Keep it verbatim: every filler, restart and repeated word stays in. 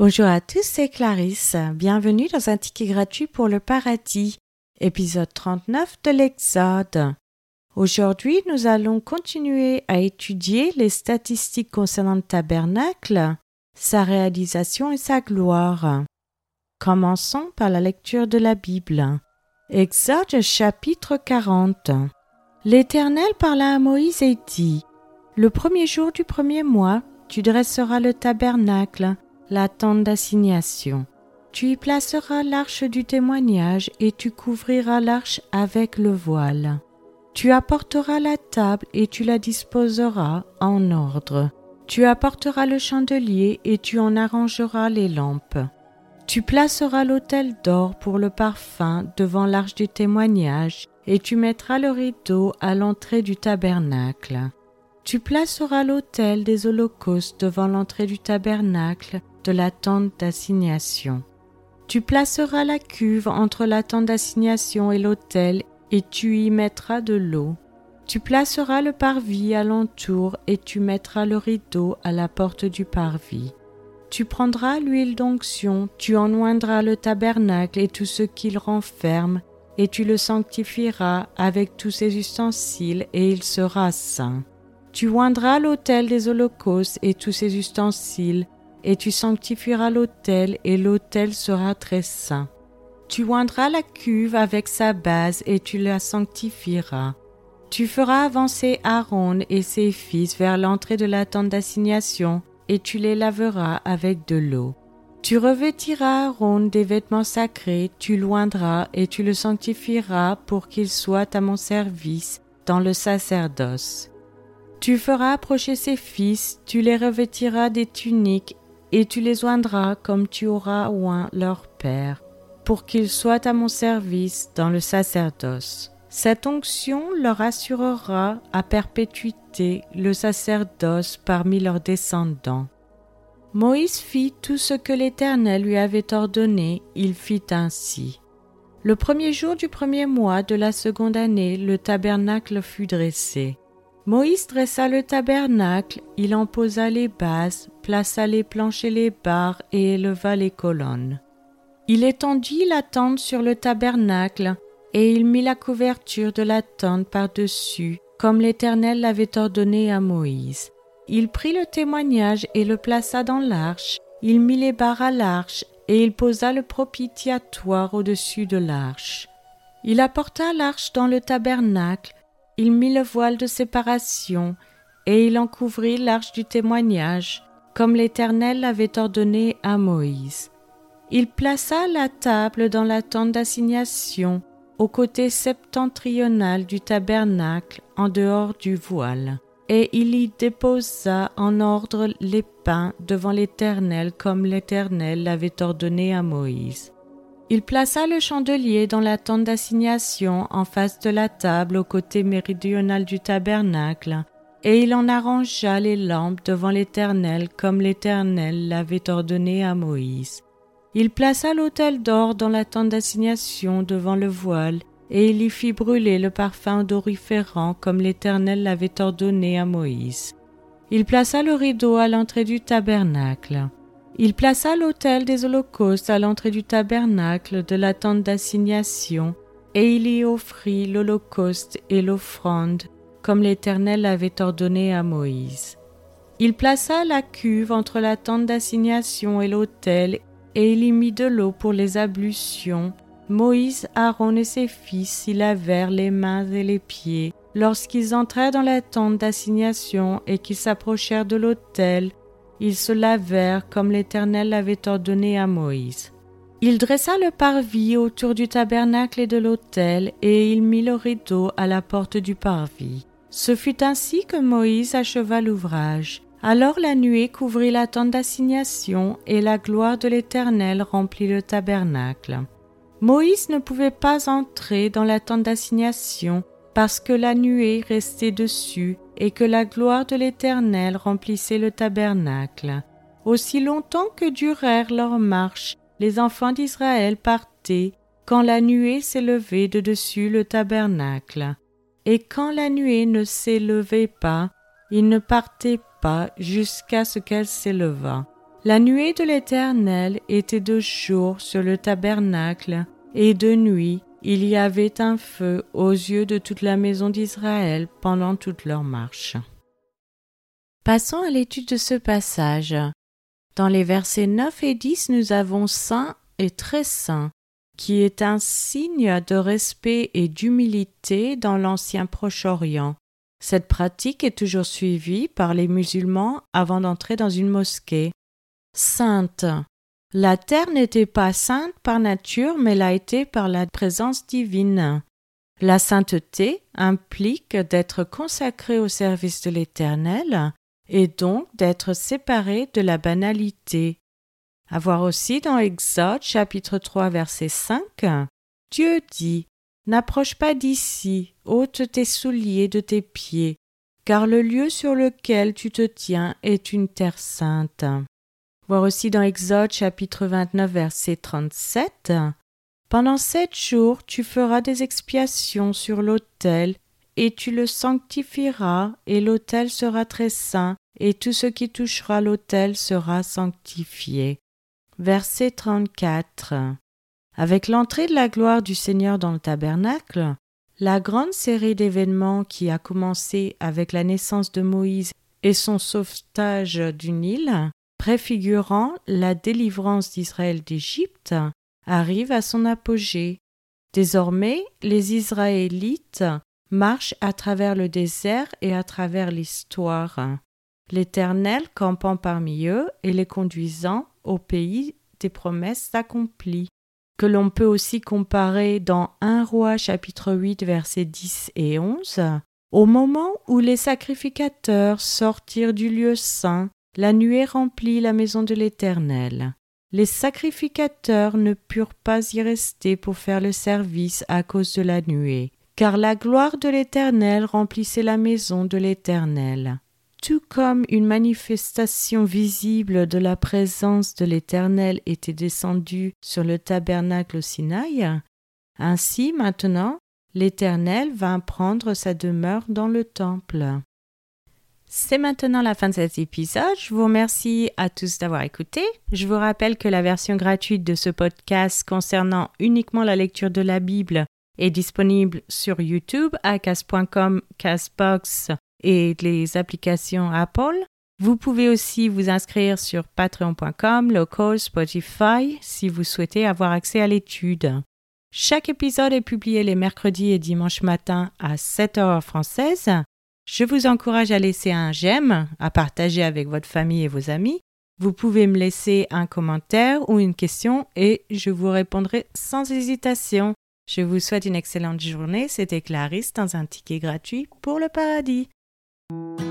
Bonjour à tous, c'est Clarisse. Bienvenue dans un ticket gratuit pour le paradis, épisode trente-neuf de l'Exode. Aujourd'hui, nous allons continuer à étudier les statistiques concernant le tabernacle, sa réalisation et sa gloire. Commençons par la lecture de la Bible. Exode chapitre quarante. L'Éternel parla à Moïse et dit : Le premier jour du premier mois, tu dresseras le tabernacle, la tente d'assignation. Tu y placeras l'arche du témoignage et tu couvriras l'arche avec le voile. Tu apporteras la table et tu la disposeras en ordre. Tu apporteras le chandelier et tu en arrangeras les lampes. Tu placeras l'autel d'or pour le parfum devant l'arche du témoignage et tu mettras le rideau à l'entrée du tabernacle. Tu placeras l'autel des holocaustes devant l'entrée du tabernacle de la tente d'assignation. Tu placeras la cuve entre la tente d'assignation et l'autel et tu y mettras de l'eau. Tu placeras le parvis alentour et tu mettras le rideau à la porte du parvis. Tu prendras l'huile d'onction, tu en oindras le tabernacle et tout ce qu'il renferme, et tu le sanctifieras avec tous ses ustensiles, et il sera saint. Tu oindras l'autel des holocaustes et tous ses ustensiles, et tu sanctifieras l'autel, et l'autel sera très saint. Tu oindras la cuve avec sa base, et tu la sanctifieras. Tu feras avancer Aaron et ses fils vers l'entrée de la tente d'assignation, et tu les laveras avec de l'eau. Tu revêtiras Aaron des vêtements sacrés, tu l'oindras et tu le sanctifieras pour qu'il soit à mon service dans le sacerdoce. Tu feras approcher ses fils, tu les revêtiras des tuniques et tu les oindras comme tu auras oint leur père, pour qu'ils soient à mon service dans le sacerdoce. Cette onction leur assurera à perpétuité le sacerdoce parmi leurs descendants. Moïse fit tout ce que l'Éternel lui avait ordonné, il fit ainsi. Le premier jour du premier mois de la seconde année, le tabernacle fut dressé. Moïse dressa le tabernacle, il en posa les bases, plaça les planches et les barres et éleva les colonnes. Il étendit la tente sur le tabernacle, et il mit la couverture de la tente par-dessus, comme l'Éternel l'avait ordonné à Moïse. Il prit le témoignage et le plaça dans l'arche, il mit les barres à l'arche, et il posa le propitiatoire au-dessus de l'arche. Il apporta l'arche dans le tabernacle, il mit le voile de séparation, et il en couvrit l'arche du témoignage, comme l'Éternel l'avait ordonné à Moïse. Il plaça la table dans la tente d'assignation, au côté septentrional du tabernacle, en dehors du voile, et il y déposa en ordre les pains devant l'Éternel comme l'Éternel l'avait ordonné à Moïse. Il plaça le chandelier dans la tente d'assignation en face de la table au côté méridional du tabernacle, et il en arrangea les lampes devant l'Éternel comme l'Éternel l'avait ordonné à Moïse. Il plaça l'autel d'or dans la tente d'assignation devant le voile, et il y fit brûler le parfum odoriférant comme l'Éternel l'avait ordonné à Moïse. Il plaça le rideau à l'entrée du tabernacle. Il plaça l'autel des holocaustes à l'entrée du tabernacle de la tente d'assignation, et il y offrit l'holocauste et l'offrande, comme l'Éternel l'avait ordonné à Moïse. Il plaça la cuve entre la tente d'assignation et l'autel, et il y mit de l'eau pour les ablutions. Moïse, Aaron et ses fils y lavèrent les mains et les pieds lorsqu'ils entrèrent dans la tente d'assignation et qu'ils s'approchèrent de l'autel. Ils se lavèrent comme l'Éternel l'avait ordonné à Moïse. Il dressa le parvis autour du tabernacle et de l'autel, et il mit le rideau à la porte du parvis. Ce fut ainsi que Moïse acheva l'ouvrage. Alors la nuée couvrit la tente d'assignation, et la gloire de l'Éternel remplit le tabernacle. Moïse ne pouvait pas entrer dans la tente d'assignation, parce que la nuée restait dessus, et que la gloire de l'Éternel remplissait le tabernacle. Aussi longtemps que durèrent leurs marches, les enfants d'Israël partaient, quand la nuée s'élevait de dessus le tabernacle. Et quand la nuée ne s'élevait pas, ils ne partaient pas jusqu'à ce qu'elle s'élevât. La nuée de l'Éternel était de jour sur le tabernacle, et de nuit il y avait un feu aux yeux de toute la maison d'Israël pendant toute leur marche. Passons à l'étude de ce passage. Dans les versets neuf et dix, nous avons « saint » et « très saint », qui est un signe de respect et d'humilité dans l'ancien Proche-Orient. Cette pratique est toujours suivie par les musulmans avant d'entrer dans une mosquée. Sainte. La terre n'était pas sainte par nature, mais l'a été par la présence divine. La sainteté implique d'être consacré au service de l'Éternel et donc d'être séparé de la banalité. À voir aussi dans Exode chapitre trois verset cinq, Dieu dit « N'approche pas d'ici, ôte tes souliers de tes pieds, car le lieu sur lequel tu te tiens est une terre sainte. » Voir aussi dans Exode chapitre vingt-neuf verset trente-sept, « Pendant sept jours tu feras des expiations sur l'autel, et tu le sanctifieras, et l'autel sera très saint, et tout ce qui touchera l'autel sera sanctifié. » Verset trente-quatre. Avec l'entrée de la gloire du Seigneur dans le tabernacle, la grande série d'événements qui a commencé avec la naissance de Moïse et son sauvetage du Nil, préfigurant la délivrance d'Israël d'Égypte, arrive à son apogée. Désormais, les Israélites marchent à travers le désert et à travers l'histoire, l'Éternel campant parmi eux et les conduisant au pays des promesses accomplies, que l'on peut aussi comparer dans un Roi chapitre huit versets dix et onze, au moment où les sacrificateurs sortirent du lieu saint, la nuée remplit la maison de l'Éternel. Les sacrificateurs ne purent pas y rester pour faire le service à cause de la nuée, car la gloire de l'Éternel remplissait la maison de l'Éternel. Tout comme une manifestation visible de la présence de l'Éternel était descendue sur le tabernacle au Sinaï, ainsi maintenant l'Éternel vint prendre sa demeure dans le temple. C'est maintenant la fin de cet épisode. Je vous remercie à tous d'avoir écouté. Je vous rappelle que la version gratuite de ce podcast concernant uniquement la lecture de la Bible est disponible sur YouTube, acast point com, Castbox et les applications Apple. Vous pouvez aussi vous inscrire sur patreon point com, Local, Spotify si vous souhaitez avoir accès à l'étude. Chaque épisode est publié les mercredis et dimanches matins à sept heures française. Je vous encourage à laisser un j'aime, à partager avec votre famille et vos amis. Vous pouvez me laisser un commentaire ou une question et je vous répondrai sans hésitation. Je vous souhaite une excellente journée. C'était Clarisse dans un ticket gratuit pour le paradis.